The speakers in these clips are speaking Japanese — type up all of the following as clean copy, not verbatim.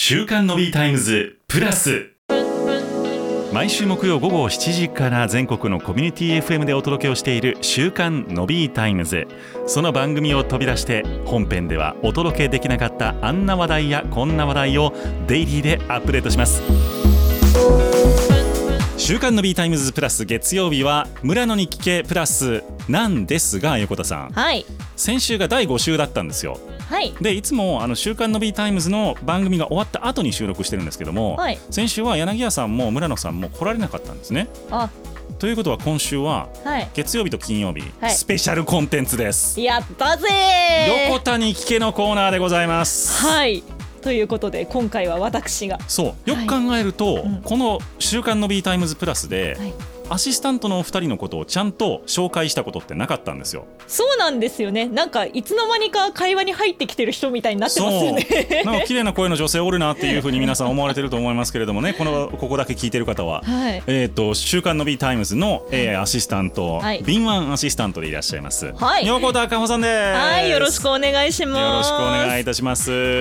週刊の B タイムズプラス、毎週木曜午後7時から全国のコミュニティ FM でお届けをしている週刊の B タイムズ。その番組を飛び出して本編ではお届けできなかったあんな話題やこんな話題をデイリーでアップデートします。週刊の B タイムズプラス、月曜日は村野に聞けプラスなんですが、横田さん、 はい、 先週が第5週だったんですよ。 はい、 でいつも週刊の B タイムズの番組が終わった後に収録してるんですけども、 はい、 先週は柳家さんも村野さんも来られなかったんですね。ということは今週は月曜日と金曜日、はい、スペシャルコンテンツです。 やったぜー。 横田に聞けのコーナーでございます。 はい、ということで今回は私が、 そうよく考えると、この週刊の B タイムズプラスで、アシスタントのお二人のことをちゃんと紹介したことってなかったんですよ。 そうなんですよね。なんかいつの間にか会話に入ってきてる人みたいになってますよね。 なんか綺麗な声の女性おるなっていう風に皆さん思われてると思いますけれどもね、ここだけ聞いてる方は、週刊の B タイムズの、アシスタント、敏腕アシスタントでいらっしゃいます、横田かほさんです。 はい、よろしくお願いします。 よろしくお願いいたします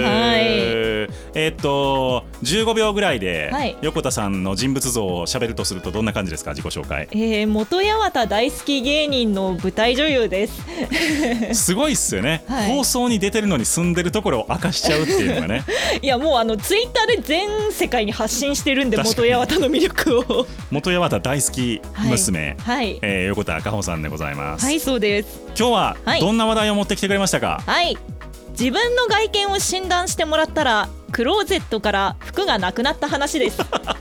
。15秒ぐらいで、横田さんの人物像を喋るとするとどんな感じですか？自己紹介。 元八幡大好き芸人の舞台女優です。 すごいっすよね、放送に出てるのに住んでるところを明かしちゃうっていうのがね。 いやもうツイッターで全世界に発信してるんで、元八幡の魅力を。 元八幡大好き娘、横田かほさんでございます。 はい、そうです。 今日はどんな話題を持ってきてくれましたか？ はい、自分の外見を診断してもらったらクローゼットから服がなくなった話です。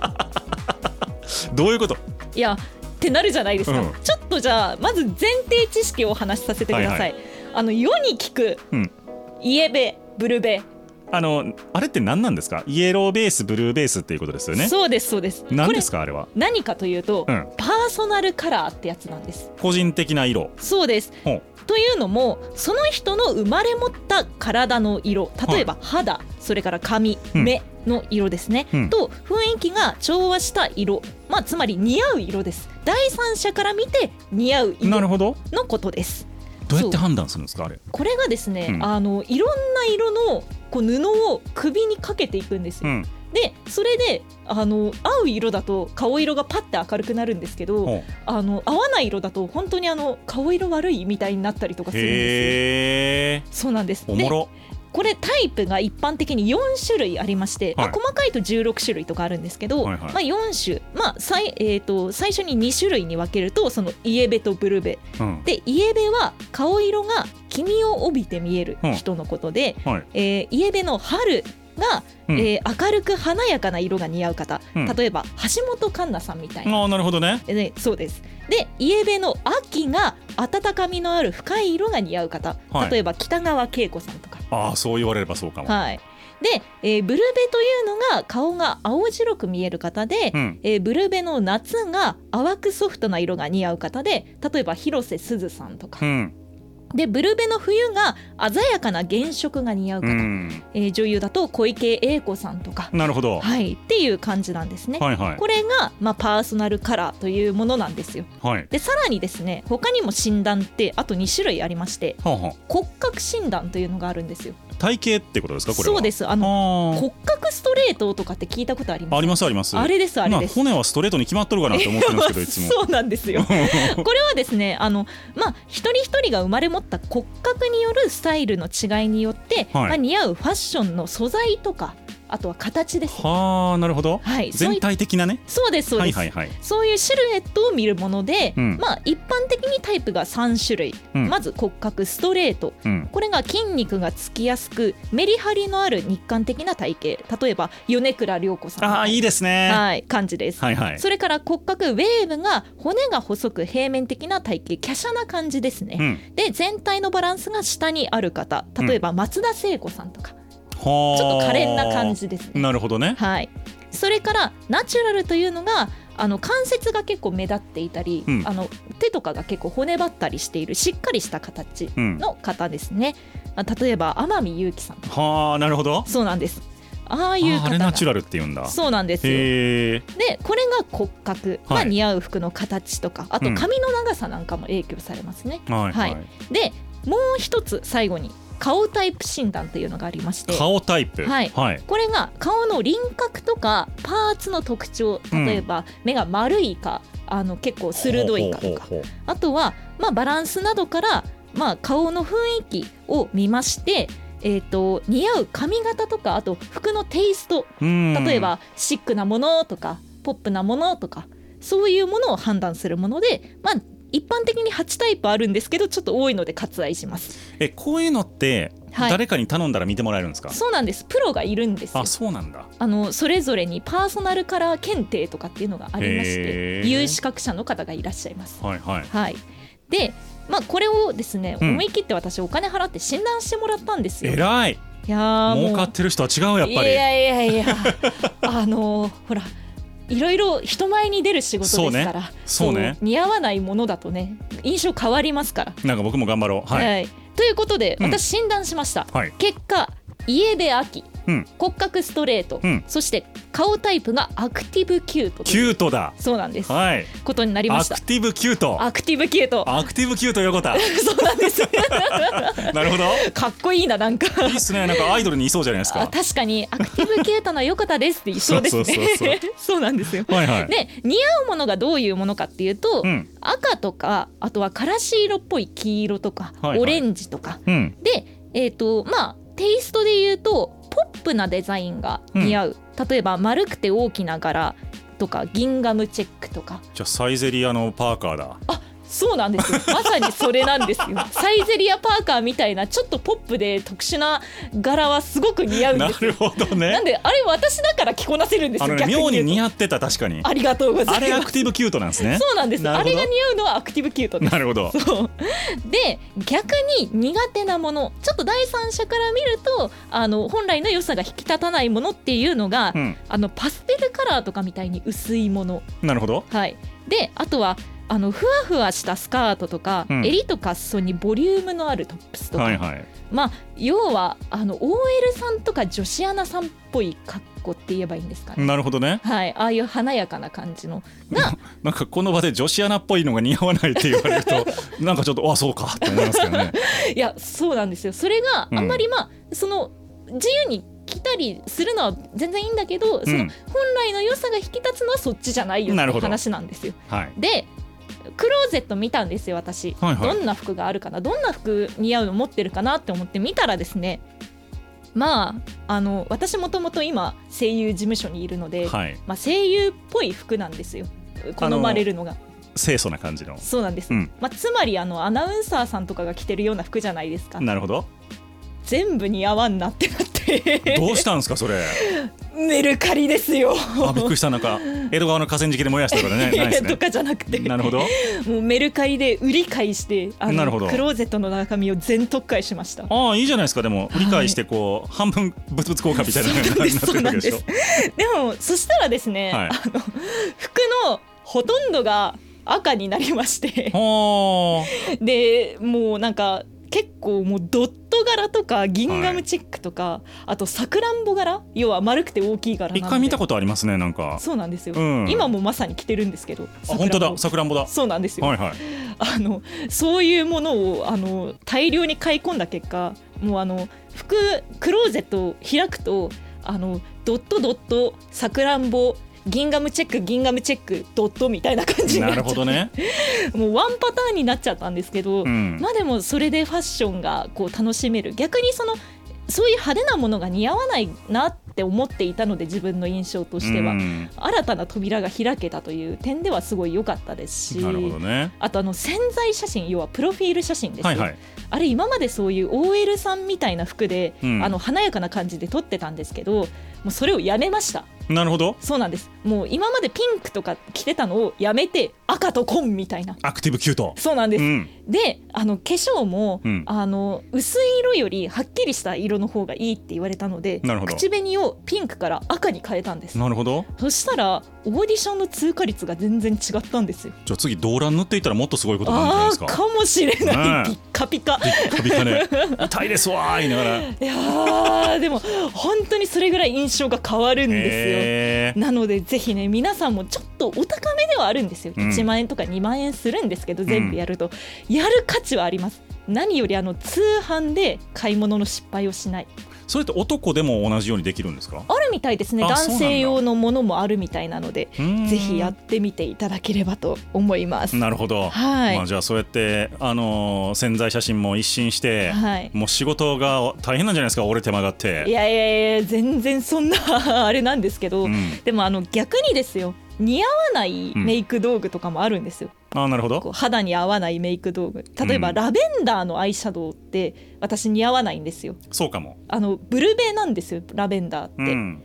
どういうこと？ いやってなるじゃないですか、ちょっとじゃあまず前提知識をお話しさせてください。世に聞く、イエベ、ブルベ、 あれって何なんですか？イエローベースブルーベースっていうことですよね。 そうですそうです。 何ですかあれは？ 何かというと、パーソナルカラーってやつなんです。 個人的な色。 そうです。というのもその人の生まれ持った体の色、例えば肌、それから髪、目の色ですね、と雰囲気が調和した色、つまり似合う色です。第三者から見て似合う色のことです。 どうやって判断するんですかあれ？ これがですね、いろんな色の布を首にかけていくんですよ、でそれで合う色だと顔色がパッて明るくなるんですけど、合わない色だと本当に顔色悪いみたいになったりとかするんですよ。そうなんです。 おもろ。 これタイプが一般的に4種類ありまして、細かいと16種類とかあるんですけど、4種、最初に2種類に分けると、そのイエベとブルベ、でイエベは顔色が黄身を帯びて見える人のことで、イエベの春が、明るく華やかな色が似合う方、例えば橋本環奈さんみたいな。 なるほどね。 そうです。でイエベの秋が温かみのある深い色が似合う方、例えば北川景子さんとか。 そう言われればそうかも。 で、ブルベというのが顔が青白く見える方で、ブルベの夏が淡くソフトな色が似合う方で、例えば広瀬すずさんとか、でブルベの冬が鮮やかな原色が似合う方、女優だと小池栄子さんとか。 なるほど、 っていう感じなんですね、これが、パーソナルカラーというものなんですよ、でさらにですね、他にも診断ってあと2種類ありまして、骨格診断というのがあるんですよ。 体型ってことですかこれは？ そうです。骨格ストレートとかって聞いたことあります？ ありますあります。 あれですあれです。 骨はストレートに決まっとるかなって思ってるんですけどいつも。 そうなんですよ。これはですね、一人一人が生まれ持った骨格によるスタイルの違いによって、似合うファッションの素材とか、あとは形です。 なるほど、全体的なね。 そうですそうです、そういうシルエットを見るもので、一般的にタイプが3種類、まず骨格ストレート、これが筋肉がつきやすくメリハリのある日韓的な体型、例えば米倉涼子さん、 いいですね、 感じです、それから骨格ウェーブが骨が細く平面的な体型、華奢な感じですね、で全体のバランスが下にある方、例えば松田聖子さんとか、ちょっと可憐な感じですね。 なるほどね。 それからナチュラルというのが関節が結構目立っていたり、手とかが結構骨張ったりしているしっかりした形の方ですね、例えば天海祐希さんとか。 なるほど。 そうなんです。ああいう方があれナチュラルって言うんだ。 そうなんですよ。でこれが骨格、似合う服の形とか、あと髪の長さなんかも影響されますね。でもう一つ最後に顔タイプ診断というのがありまして、 顔タイプ、 はいはい、これが顔の輪郭とかパーツの特徴、例えば目が丸いか結構鋭いかとか、あとはバランスなどから顔の雰囲気を見まして、似合う髪型とか、あと服のテイスト、例えばシックなものとかポップなものとか、そういうものを判断するもので、一般的に8タイプあるんですけど、ちょっと多いので割愛します。 こういうのって誰かに頼んだら見てもらえるんですか？ そうなんです。プロがいるんですよ。 あ、そうなんだ。 それぞれにパーソナルカラー検定とかっていうのがありまして、有資格者の方がいらっしゃいます。はいはいはい。で、これをですね、思い切って私お金払って診断してもらったんですよ。 偉い。 いや儲かってる人は違う、やっぱり。 いやほら、いろいろ人前に出る仕事ですから、そうね、似合わないものだとね、印象変わりますから。 なんか僕も頑張ろう。はい、はい、 ということで私診断しました。はい、結果、イエベアキ、骨格ストレート、そして顔タイプがアクティブキュート。 キュートだ。 そうなんです、 はい、 ことになりました。 アクティブキュート。 アクティブキュート。 アクティブキュート横田。 そうなんですなるほど。 かっこいいな、なんかいいっすね。なんかアイドルにいそうじゃないですか。 確かにアクティブキュートの横田ですって言いそうですね。そうなんですよ。はいはい、で、似合うものがどういうものかっていうと、赤とか、あとはからし色っぽい黄色とか、オレンジとか、で、テイストで言うとポップなデザインが似合う、例えば丸くて大きな柄とかギンガムチェックとか。 じゃあサイゼリアのパーカーだ。 あ、そうなんですよ。まさにそれなんですよ。サイゼリアパーカーみたいなちょっとポップで特殊な柄はすごく似合うんですよ。 なるほどね。 なんであれ私だから着こなせるんですよ。 妙に似合ってた。確かに。 ありがとうございます。 あれアクティブキュートなんですね。 そうなんです。あれが似合うのはアクティブキュートです。 なるほど。 そうで、逆に苦手なもの、ちょっと第三者から見ると本来の良さが引き立たないものっていうのが、パステルカラーとかみたいに薄いもの。 なるほど。 はい。で、あとはふわふわしたスカートとか、襟とか裾にボリュームのあるトップスとか、要はOL さんとか女子アナさんっぽい格好って言えばいいんですかね。 なるほどね。 はい、ああいう華やかな感じのがなんかこの場で女子アナっぽいのが似合わないって言われるとなんかちょっとそうかって思いますけどね。 いや、そうなんですよ。それがあんまりその自由に着たりするのは全然いいんだけど、その本来の良さが引き立つのはそっちじゃないよっていう話なんですよ。はい、で、クローゼット見たんですよ、私。どんな服があるかな、どんな服似合うの持ってるかなって思って見たらですね、私もともと今声優事務所にいるので、声優っぽい服なんですよ、好まれるのが。 清楚な感じの。 そうなんです、つまりアナウンサーさんとかが着てるような服じゃないですか。 なるほど。 全部似合わんなってなってどうしたんですかそれ。 メルカリですよ。 びっくりした。なんか江戸川の河川敷で燃やしたとかね。ないですね。 とかじゃなくて。 なるほど。 もうメルカリで売り買いしてなるほど、 クローゼットの中身を全特売しました。 いいじゃないですか。でも売り買いしてこう、半分物々交換みたいな感じになってるわけでしょ。 でもそしたらですね、服のほとんどが赤になりましてで、もうなんか結構もうドット柄とかギンガムチェックとか、あとさくらんぼ柄、要は丸くて大きい柄なんで。 一回見たことありますね。なんかそうなんですよ、今もままさに着てるんですけど。 本当だ、さくらんぼだ。 そうなんですよ、そういうものを大量に買い込んだ結果、もうクローゼットを開くとドットドットさくらんぼギンガムチェックギンガムチェックドットみたいな感じになっちゃって。なるほどね。もうワンパターンになっちゃったんですけど、でもそれでファッションがこう楽しめる。逆にそういう派手なものが似合わないなって思っていたので、自分の印象としては新たな扉が開けたという点ではすごい良かったですし、 なるほどね。 あと宣材写真、要はプロフィール写真ですよ、あれ今までそういう OL さんみたいな服で、華やかな感じで撮ってたんですけど、もうそれをやめました。 なるほど。 そうなんです。もう今までピンクとか着てたのをやめて赤と紺みたいなアクティブキュート。 そうなんです、で化粧も、薄い色よりはっきりした色の方がいいって言われたので、口紅をピンクから赤に変えたんです。 なるほど。 そしたらオーディションの通過率が全然違ったんですよ。 じゃあ次動乱塗っていったらもっとすごいことになるんじゃないですか。 かもしれない、ピッカピカピッカピカね痛いですわ言いながら。いやでも本当にそれぐらい印象が変わるんですよ。なのでぜひね、皆さんもちょっとお高めではあるんですよ、1万円とか2万円するんですけど、全部やると、やる価値はあります。 何より通販で買い物の失敗をしない。 それって男でも同じようにできるんですか？ あるみたいですね。男性用のものもあるみたいなので、ぜひやってみていただければと思います。 なるほど、 はい。 じゃあそうやって宣材写真も一新して、 はい、 もう仕事が大変なんじゃないですか、俺手間がって。 いや全然そんなあれなんですけど、でも逆にですよ、似合わないメイク道具とかもあるんですよ。 なるほど。 肌に合わないメイク道具、例えばラベンダーのアイシャドウって私似合わないんですよ。 そうかも。 ブルベなんですよラベンダーって、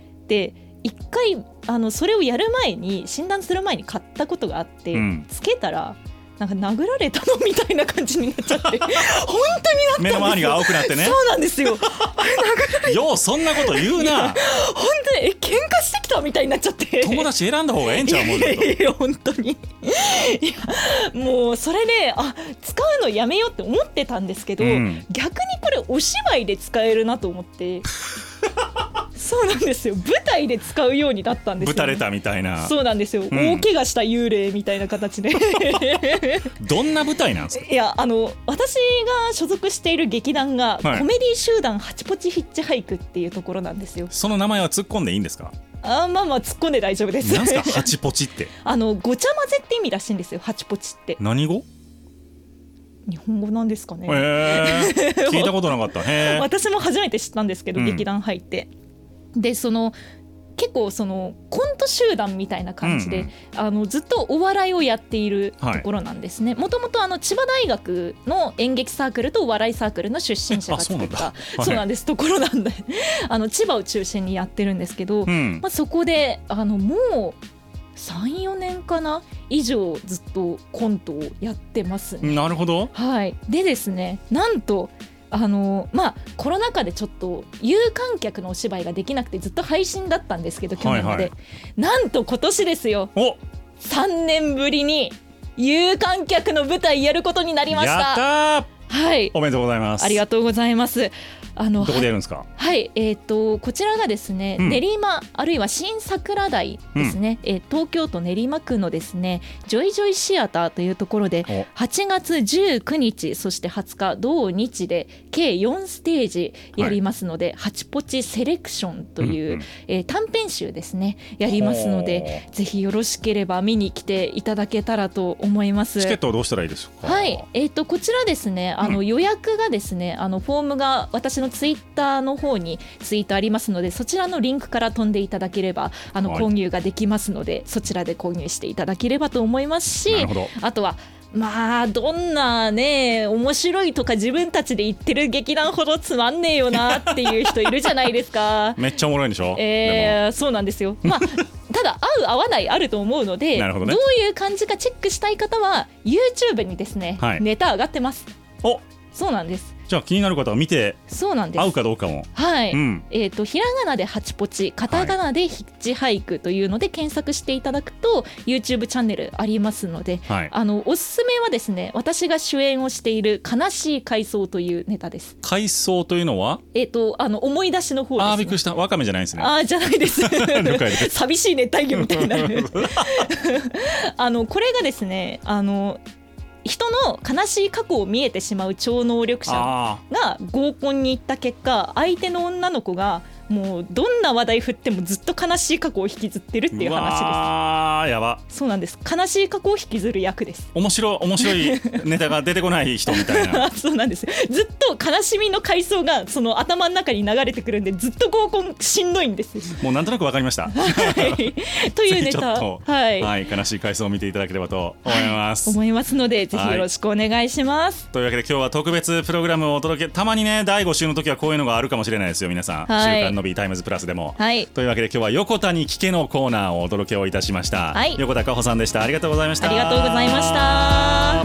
で一回それをやる前に診断する前に買ったことがあって、つけたらなんか殴られたのみたいな感じになっちゃって本当になったんですよ。 目の周りが青くなってね。 そうなんですよようそんなこと言うな。 本当に喧嘩してきたみたいになっちゃって、 友達選んだ方がええんちゃう？もういや本当にいやもうそれで使うのやめようって思ってたんですけど、逆にこれお芝居で使えるなと思ってそうなんですよ、舞台で使うようになったんですよ、ね、 ぶたれたみたいな。 そうなんですよ、大怪我した幽霊みたいな形でどんな舞台なんですか？ いや私が所属している劇団が、コメディ集団ハチポチヒッチハイクっていうところなんですよ。 その名前は突っ込んでいいんですか？ まあ突っ込んで大丈夫です。 なんすかハチポチってごちゃ混ぜって意味らしいんですよ、ハチポチって。 何語？ 日本語なんですかね。 聞いたことなかった。 私も初めて知ったんですけど、劇団入ってで結構コント集団みたいな感じで、ずっとお笑いをやっているところなんですね。もともと千葉大学の演劇サークルとお笑いサークルの出身者が作ったそうなんです、ところなんで千葉を中心にやってるんですけど、そこでもう3、4年かな以上ずっとコントをやってますね。 なるほど。 はい。でですね、なんとコロナ禍でちょっと有観客のお芝居ができなくてずっと配信だったんですけど、去年まで、なんと今年ですよ、3年ぶりに有観客の舞台やることになりました。 やったー、はい、おめでとうございます。 ありがとうございます。 どこでやるんですか？ はい、こちらがですね、練馬あるいは新桜台ですね、東京都練馬区のですねジョイジョイシアターというところで8月19日そして20日同日で計4ステージやりますので、ハチポチセレクションという、短編集ですねやりますので、ぜひよろしければ見に来ていただけたらと思います。 チケットはどうしたらいいですか？ はい、こちらですね予約がですねフォームが私のツイッターの方にツイートありますので、そちらのリンクから飛んでいただければ購入ができますので、そちらで購入していただければと思いますし、あとはどんなね面白いとか自分たちで言ってる劇団ほどつまんねえよなっていう人いるじゃないですかめっちゃおもろいんでしょ？ そうなんですよ。ただ合う合わないあると思うので、どういう感じかチェックしたい方は YouTube にですね、ネタ上がってます。そうなんです。 じゃあ気になる方は見てそうなんです。 合うかどうかも。 はい、ひらがなでハチポチ、カタカナでヒッチハイクというので検索していただくと YouTube チャンネルありますので、おすすめはですね、私が主演をしている悲しい回想というネタです。 回想というのは思い出しの方ですね。 びっくりした。ワカメじゃないですね。 じゃないです寂しい熱帯魚みたいなこれがですね人の悲しい過去を見えてしまう超能力者が合コンに行った結果、相手の女の子がもうどんな話題振ってもずっと悲しい過去を引きずってるっていう話です。 やば。 そうなんです。悲しい過去を引きずる役です。 面白いネタが出てこない人みたいなそうなんです。ずっと悲しみの回想がその頭の中に流れてくるんで、ずっと合コンしんどいんです。 もうなんとなくわかりました、 というネタ、 悲しい回想を見ていただければと思います、 思いますので、ぜひよろしくお願いします、 というわけで今日は特別プログラムをお届け、たまにね第5週の時はこういうのがあるかもしれないですよ皆さん、週刊のビータイムズプラスでも、というわけで今日は横田に聞けのコーナーをお届けをいたしました、横田加穂さんでした。ありがとうございました。 ありがとうございました。